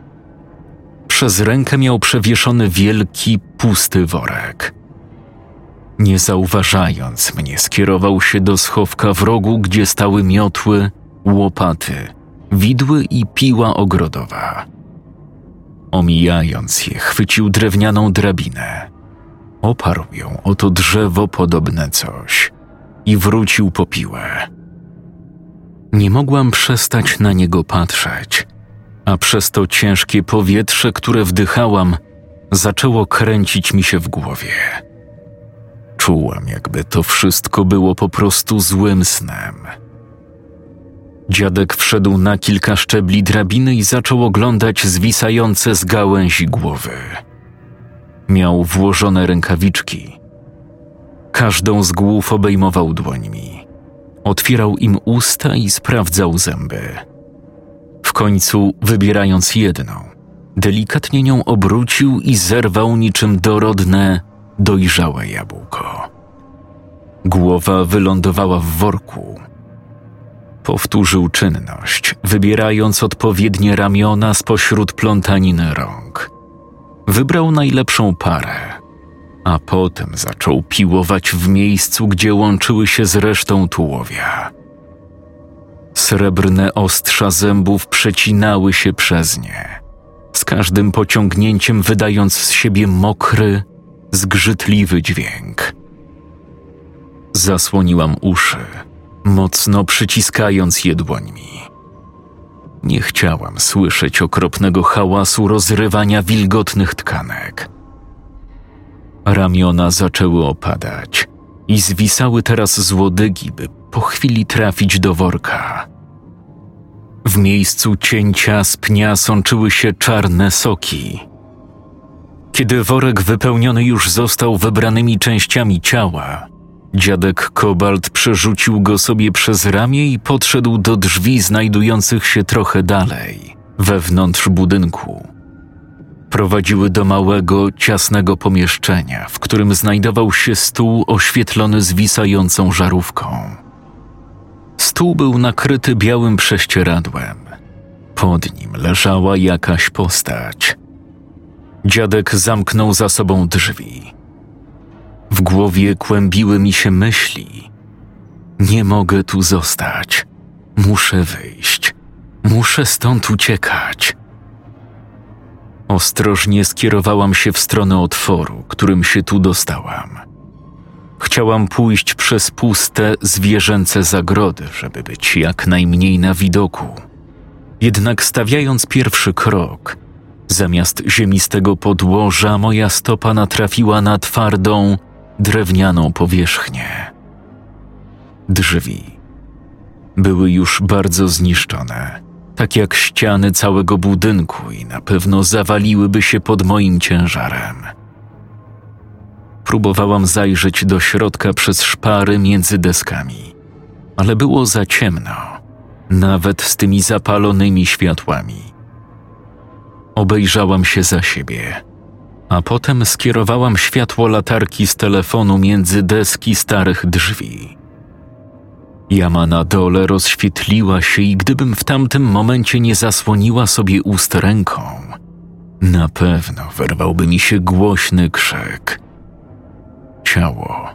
Przez rękę miał przewieszony wielki, pusty worek. Nie zauważając mnie, skierował się do schowka w rogu, gdzie stały miotły, łopaty, widły i piła ogrodowa. Omijając je, chwycił drewnianą drabinę. Oparł ją o to drzewo podobne coś i wrócił po piłę. Nie mogłam przestać na niego patrzeć, a przez to ciężkie powietrze, które wdychałam, zaczęło kręcić mi się w głowie. Czułam, jakby to wszystko było po prostu złym snem. Dziadek wszedł na kilka szczebli drabiny i zaczął oglądać zwisające z gałęzi głowy. Miał włożone rękawiczki. Każdą z głów obejmował dłońmi. Otwierał im usta i sprawdzał zęby. W końcu, wybierając jedną, delikatnie nią obrócił i zerwał niczym dorodne, dojrzałe jabłko. Głowa wylądowała w worku. Powtórzył czynność, wybierając odpowiednie ramiona spośród plątaniny rąk. Wybrał najlepszą parę, a potem zaczął piłować w miejscu, gdzie łączyły się z resztą tułowia. Srebrne ostrza zębów przecinały się przez nie, z każdym pociągnięciem wydając z siebie mokry, zgrzytliwy dźwięk. Zasłoniłam uszy, mocno przyciskając je dłońmi. Nie chciałam słyszeć okropnego hałasu rozrywania wilgotnych tkanek. Ramiona zaczęły opadać i zwisały teraz z łodygi, by po chwili trafić do worka. W miejscu cięcia z pnia sączyły się czarne soki. Kiedy worek wypełniony już został wybranymi częściami ciała, dziadek Kobalt przerzucił go sobie przez ramię i podszedł do drzwi znajdujących się trochę dalej, wewnątrz budynku. Prowadziły do małego, ciasnego pomieszczenia, w którym znajdował się stół oświetlony zwisającą żarówką. Stół był nakryty białym prześcieradłem. Pod nim leżała jakaś postać. Dziadek zamknął za sobą drzwi. W głowie kłębiły mi się myśli. Nie mogę tu zostać. Muszę wyjść. Muszę stąd uciekać. Ostrożnie skierowałam się w stronę otworu, którym się tu dostałam. Chciałam pójść przez puste, zwierzęce zagrody, żeby być jak najmniej na widoku. Jednak stawiając pierwszy krok, zamiast ziemistego podłoża, moja stopa natrafiła na twardą, drewnianą powierzchnię. Drzwi były już bardzo zniszczone, tak jak ściany całego budynku i na pewno zawaliłyby się pod moim ciężarem. Próbowałam zajrzeć do środka przez szpary między deskami, ale było za ciemno, nawet z tymi zapalonymi światłami. Obejrzałam się za siebie, a potem skierowałam światło latarki z telefonu między deski starych drzwi. Jama na dole rozświetliła się i gdybym w tamtym momencie nie zasłoniła sobie ust ręką, na pewno wyrwałby mi się głośny krzyk. Ciało.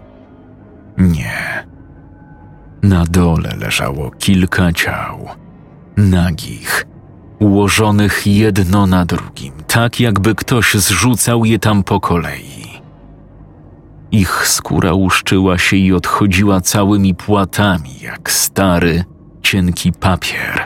Nie. Na dole leżało kilka ciał, nagich, ułożonych jedno na drugim, tak jakby ktoś zrzucał je tam po kolei. Ich skóra łuszczyła się i odchodziła całymi płatami, jak stary, cienki papier.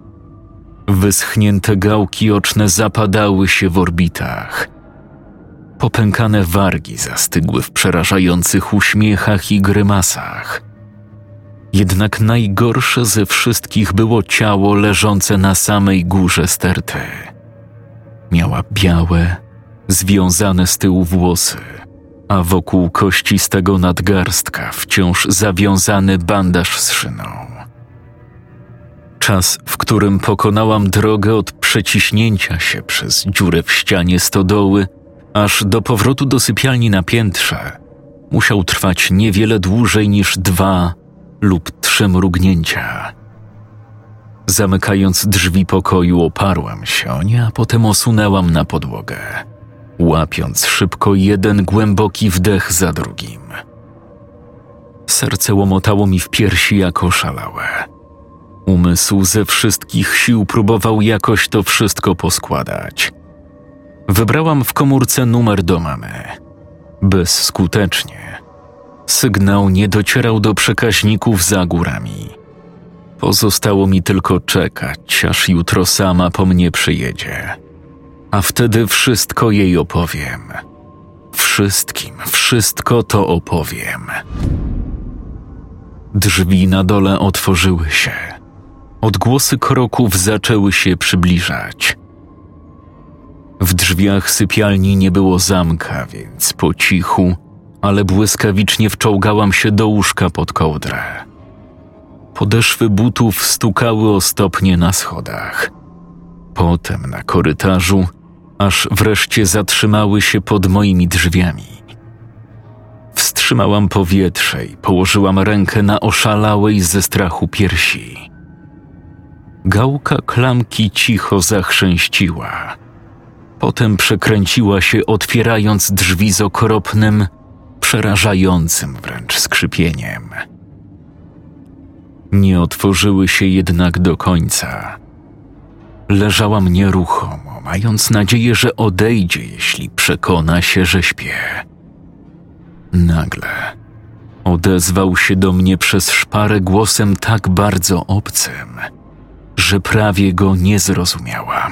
Wyschnięte gałki oczne zapadały się w orbitach. Popękane wargi zastygły w przerażających uśmiechach i grymasach. Jednak najgorsze ze wszystkich było ciało leżące na samej górze sterty. Miała białe, związane z tyłu włosy, a wokół kościstego nadgarstka wciąż zawiązany bandaż z szyną. Czas, w którym pokonałam drogę od przeciśnięcia się przez dziurę w ścianie stodoły, aż do powrotu do sypialni na piętrze, musiał trwać niewiele dłużej niż 2 lub 3 mrugnięcia. Zamykając drzwi pokoju, oparłam się o nie, a potem osunęłam na podłogę, łapiąc szybko jeden głęboki wdech za drugim. Serce łomotało mi w piersi jak oszalałe. Umysł ze wszystkich sił próbował jakoś to wszystko poskładać. Wybrałam w komórce numer do mamy. Bezskutecznie. Sygnał nie docierał do przekaźników za górami. Pozostało mi tylko czekać, aż jutro sama po mnie przyjedzie. A wtedy wszystko jej opowiem. Wszystko to opowiem. Drzwi na dole otworzyły się. Odgłosy kroków zaczęły się przybliżać. W drzwiach sypialni nie było zamka, więc po cichu, ale błyskawicznie wczołgałam się do łóżka pod kołdrę. Podeszwy butów stukały o stopnie na schodach. Potem na korytarzu, aż wreszcie zatrzymały się pod moimi drzwiami. Wstrzymałam powietrze i położyłam rękę na oszalałej ze strachu piersi. Gałka klamki cicho zachrzęściła. Potem przekręciła się, otwierając drzwi z okropnym, przerażającym wręcz skrzypieniem. Nie otworzyły się jednak do końca. Leżałam nieruchomo, mając nadzieję, że odejdzie, jeśli przekona się, że śpię. Nagle odezwał się do mnie przez szparę głosem tak bardzo obcym, że prawie go nie zrozumiałam.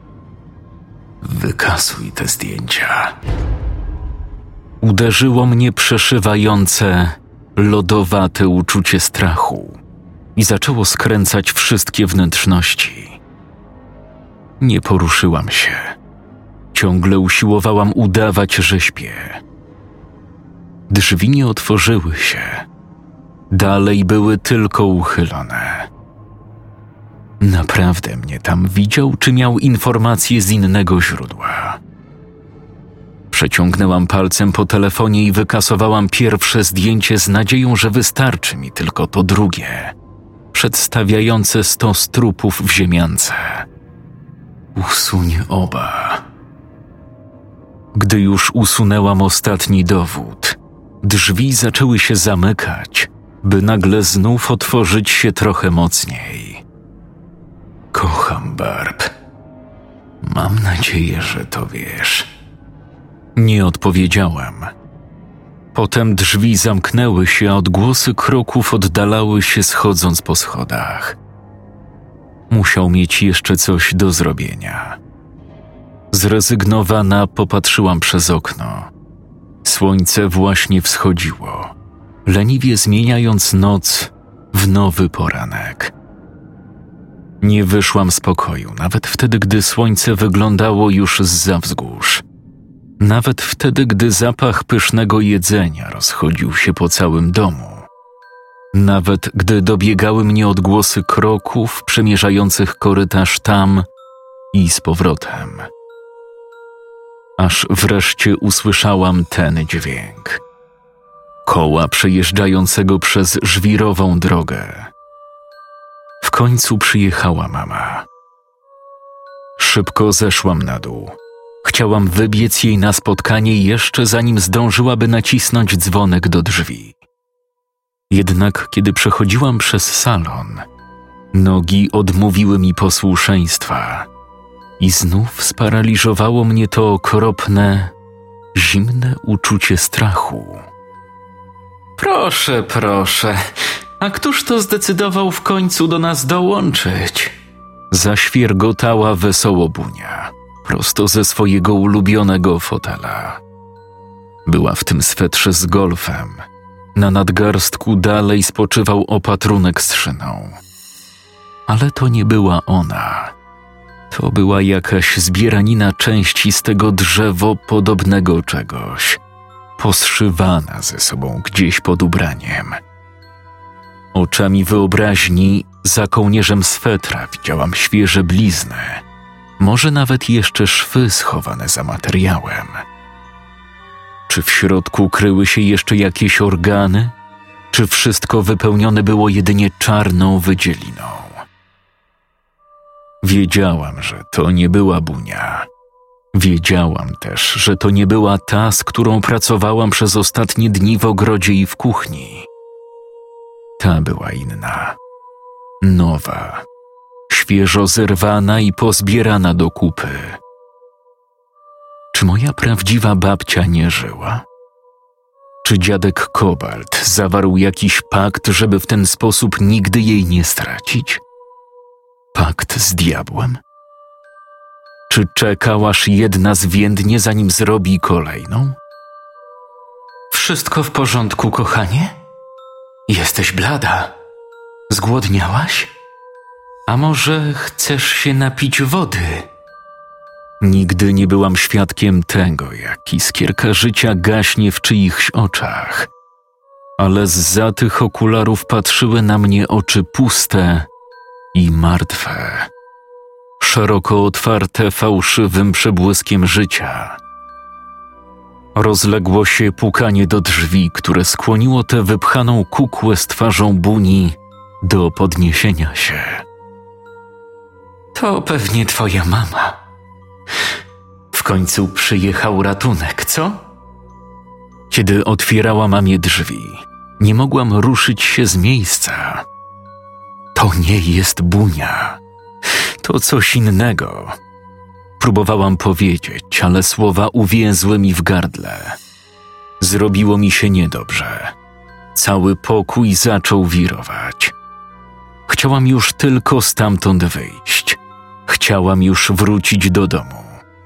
Wykasuj te zdjęcia. Uderzyło mnie przeszywające, lodowate uczucie strachu i zaczęło skręcać wszystkie wnętrzności. Nie poruszyłam się. Ciągle usiłowałam udawać, że śpię. Drzwi nie otworzyły się. Dalej były tylko uchylone. Naprawdę mnie tam widział, czy miał informacje z innego źródła? Przeciągnęłam palcem po telefonie i wykasowałam pierwsze zdjęcie z nadzieją, że wystarczy mi tylko to drugie, przedstawiające 100 trupów w ziemiance. Usuń oba. Gdy już usunęłam ostatni dowód, drzwi zaczęły się zamykać, by nagle znów otworzyć się trochę mocniej. Kocham, Barb. Mam nadzieję, że to wiesz. Nie odpowiedziałem. Potem drzwi zamknęły się, a odgłosy kroków oddalały się, schodząc po schodach. Musiał mieć jeszcze coś do zrobienia. Zrezygnowana popatrzyłam przez okno. Słońce właśnie wschodziło, leniwie zmieniając noc w nowy poranek. Nie wyszłam z pokoju, nawet wtedy, gdy słońce wyglądało już zza wzgórz. Nawet wtedy, gdy zapach pysznego jedzenia rozchodził się po całym domu. Nawet gdy dobiegały mnie odgłosy kroków przemierzających korytarz tam i z powrotem. Aż wreszcie usłyszałam ten dźwięk. Koła przejeżdżającego przez żwirową drogę. W końcu przyjechała mama. Szybko zeszłam na dół. Chciałam wybiec jej na spotkanie jeszcze zanim zdążyłaby nacisnąć dzwonek do drzwi. Jednak kiedy przechodziłam przez salon, nogi odmówiły mi posłuszeństwa i znów sparaliżowało mnie to okropne, zimne uczucie strachu. Proszę, a któż to zdecydował w końcu do nas dołączyć? Zaświergotała wesoło Bunia, prosto ze swojego ulubionego fotela. Była w tym swetrze z golfem. Na nadgarstku dalej spoczywał opatrunek z szyną. Ale to nie była ona. To była jakaś zbieranina części z tego drzewopodobnego czegoś, poszywana ze sobą gdzieś pod ubraniem. Oczami wyobraźni za kołnierzem swetra widziałam świeże blizny, może nawet jeszcze szwy schowane za materiałem. Czy w środku kryły się jeszcze jakieś organy? Czy wszystko wypełnione było jedynie czarną wydzieliną? Wiedziałam, że to nie była Bunia. Wiedziałam też, że to nie była ta, z którą pracowałam przez ostatnie dni w ogrodzie i w kuchni. Ta była inna, nowa, świeżo zerwana i pozbierana do kupy. Czy moja prawdziwa babcia nie żyła? Czy dziadek Kobalt zawarł jakiś pakt, żeby w ten sposób nigdy jej nie stracić? Pakt z diabłem? Czy czekał, aż jedna zwiędnie, zanim zrobi kolejną? Wszystko w porządku, kochanie? Jesteś blada. Zgłodniałaś? A może chcesz się napić wody? Nigdy nie byłam świadkiem tego, jak iskierka życia gaśnie w czyichś oczach. Ale zza tych okularów patrzyły na mnie oczy puste i martwe. Szeroko otwarte fałszywym przebłyskiem życia. Rozległo się pukanie do drzwi, które skłoniło tę wypchaną kukłę z twarzą Buni do podniesienia się. To pewnie twoja mama. W końcu przyjechał ratunek, co? Kiedy otwierała mamie drzwi, nie mogłam ruszyć się z miejsca. To nie jest Bunia. To coś innego. Próbowałam powiedzieć, ale słowa uwięzły mi w gardle. Zrobiło mi się niedobrze. Cały pokój zaczął wirować. Chciałam już tylko stamtąd wyjść. Chciałam już wrócić do domu.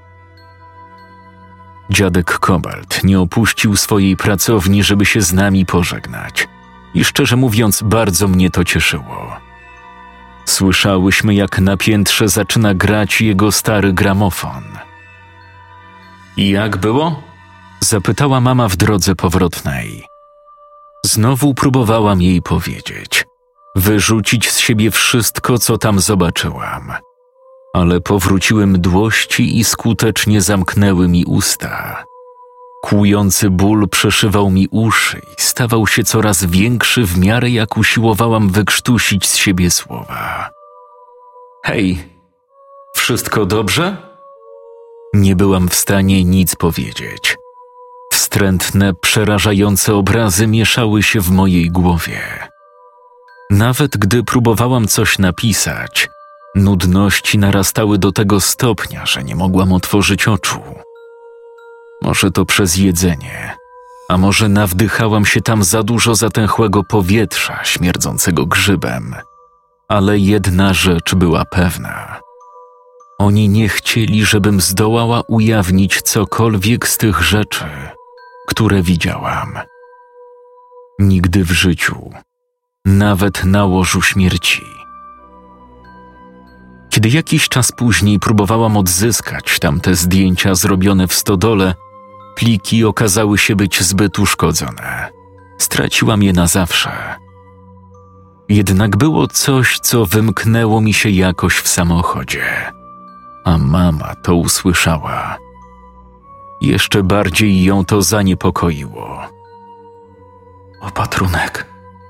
Dziadek Kobalt nie opuścił swojej pracowni, żeby się z nami pożegnać. I szczerze mówiąc, bardzo mnie to cieszyło. Słyszałyśmy, jak na piętrze zaczyna grać jego stary gramofon. I jak było? Zapytała mama w drodze powrotnej. Znowu próbowałam jej powiedzieć. Wyrzucić z siebie wszystko, co tam zobaczyłam. Ale powróciły mdłości i skutecznie zamknęły mi usta. Kłujący ból przeszywał mi uszy i stawał się coraz większy w miarę jak usiłowałam wykrztusić z siebie słowa. Hej, wszystko dobrze? Nie byłam w stanie nic powiedzieć. Natrętne, przerażające obrazy mieszały się w mojej głowie. Nawet gdy próbowałam coś napisać, nudności narastały do tego stopnia, że nie mogłam otworzyć oczu. Może to przez jedzenie, a może nawdychałam się tam za dużo zatęchłego powietrza śmierdzącego grzybem, ale jedna rzecz była pewna. Oni nie chcieli, żebym zdołała ujawnić cokolwiek z tych rzeczy, które widziałam. Nigdy w życiu, nawet na łożu śmierci. Kiedy jakiś czas później próbowałam odzyskać tamte zdjęcia zrobione w stodole, pliki okazały się być zbyt uszkodzone. Straciłam je na zawsze. Jednak było coś, co wymknęło mi się jakoś w samochodzie, a mama to usłyszała. Jeszcze bardziej ją to zaniepokoiło. Opatrunek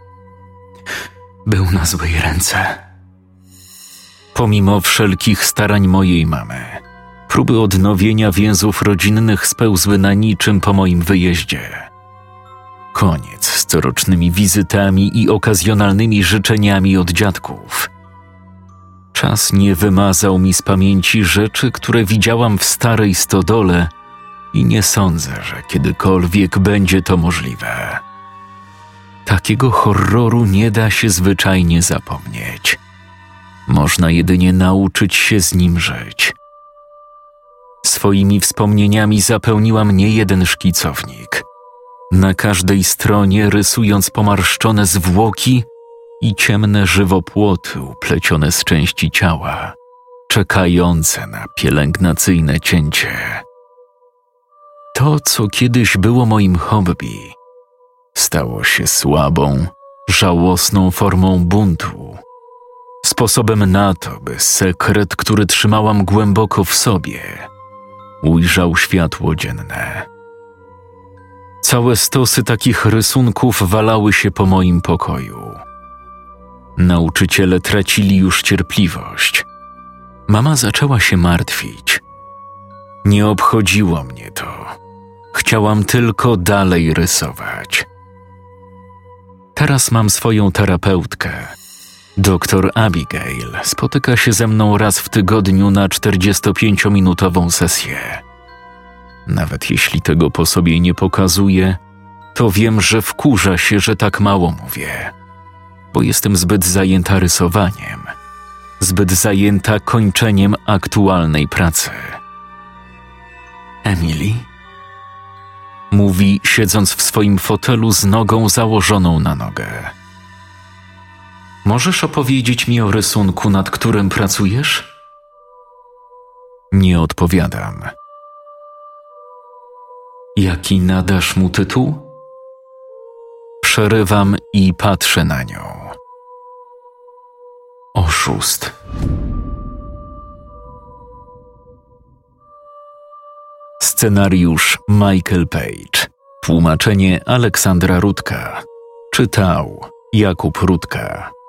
był na złej ręce. Pomimo wszelkich starań mojej mamy, próby odnowienia więzów rodzinnych spełzły na niczym po moim wyjeździe. Koniec z corocznymi wizytami i okazjonalnymi życzeniami od dziadków. Czas nie wymazał mi z pamięci rzeczy, które widziałam w starej stodole i nie sądzę, że kiedykolwiek będzie to możliwe. Takiego horroru nie da się zwyczajnie zapomnieć. Można jedynie nauczyć się z nim żyć. Swoimi wspomnieniami zapełniłam niejeden szkicownik. Na każdej stronie rysując pomarszczone zwłoki i ciemne żywopłoty uplecione z części ciała, czekające na pielęgnacyjne cięcie. To, co kiedyś było moim hobby, stało się słabą, żałosną formą buntu. Sposobem na to, by sekret, który trzymałam głęboko w sobie, ujrzał światło dzienne. Całe stosy takich rysunków walały się po moim pokoju. Nauczyciele tracili już cierpliwość. Mama zaczęła się martwić. Nie obchodziło mnie to. Chciałam tylko dalej rysować. Teraz mam swoją terapeutkę. Doktor Abigail spotyka się ze mną raz w tygodniu na 45-minutową sesję. Nawet jeśli tego po sobie nie pokazuje, to wiem, że wkurza się, że tak mało mówię, bo jestem zbyt zajęta rysowaniem, zbyt zajęta kończeniem aktualnej pracy. Emily? Mówi, siedząc w swoim fotelu z nogą założoną na nogę. Możesz opowiedzieć mi o rysunku, nad którym pracujesz? Nie odpowiadam. Jaki nadasz mu tytuł? Przerywam i patrzę na nią. Oszust. Scenariusz Michael Page. Tłumaczenie Aleksandra Rutka. Czytał Jakub Rutka.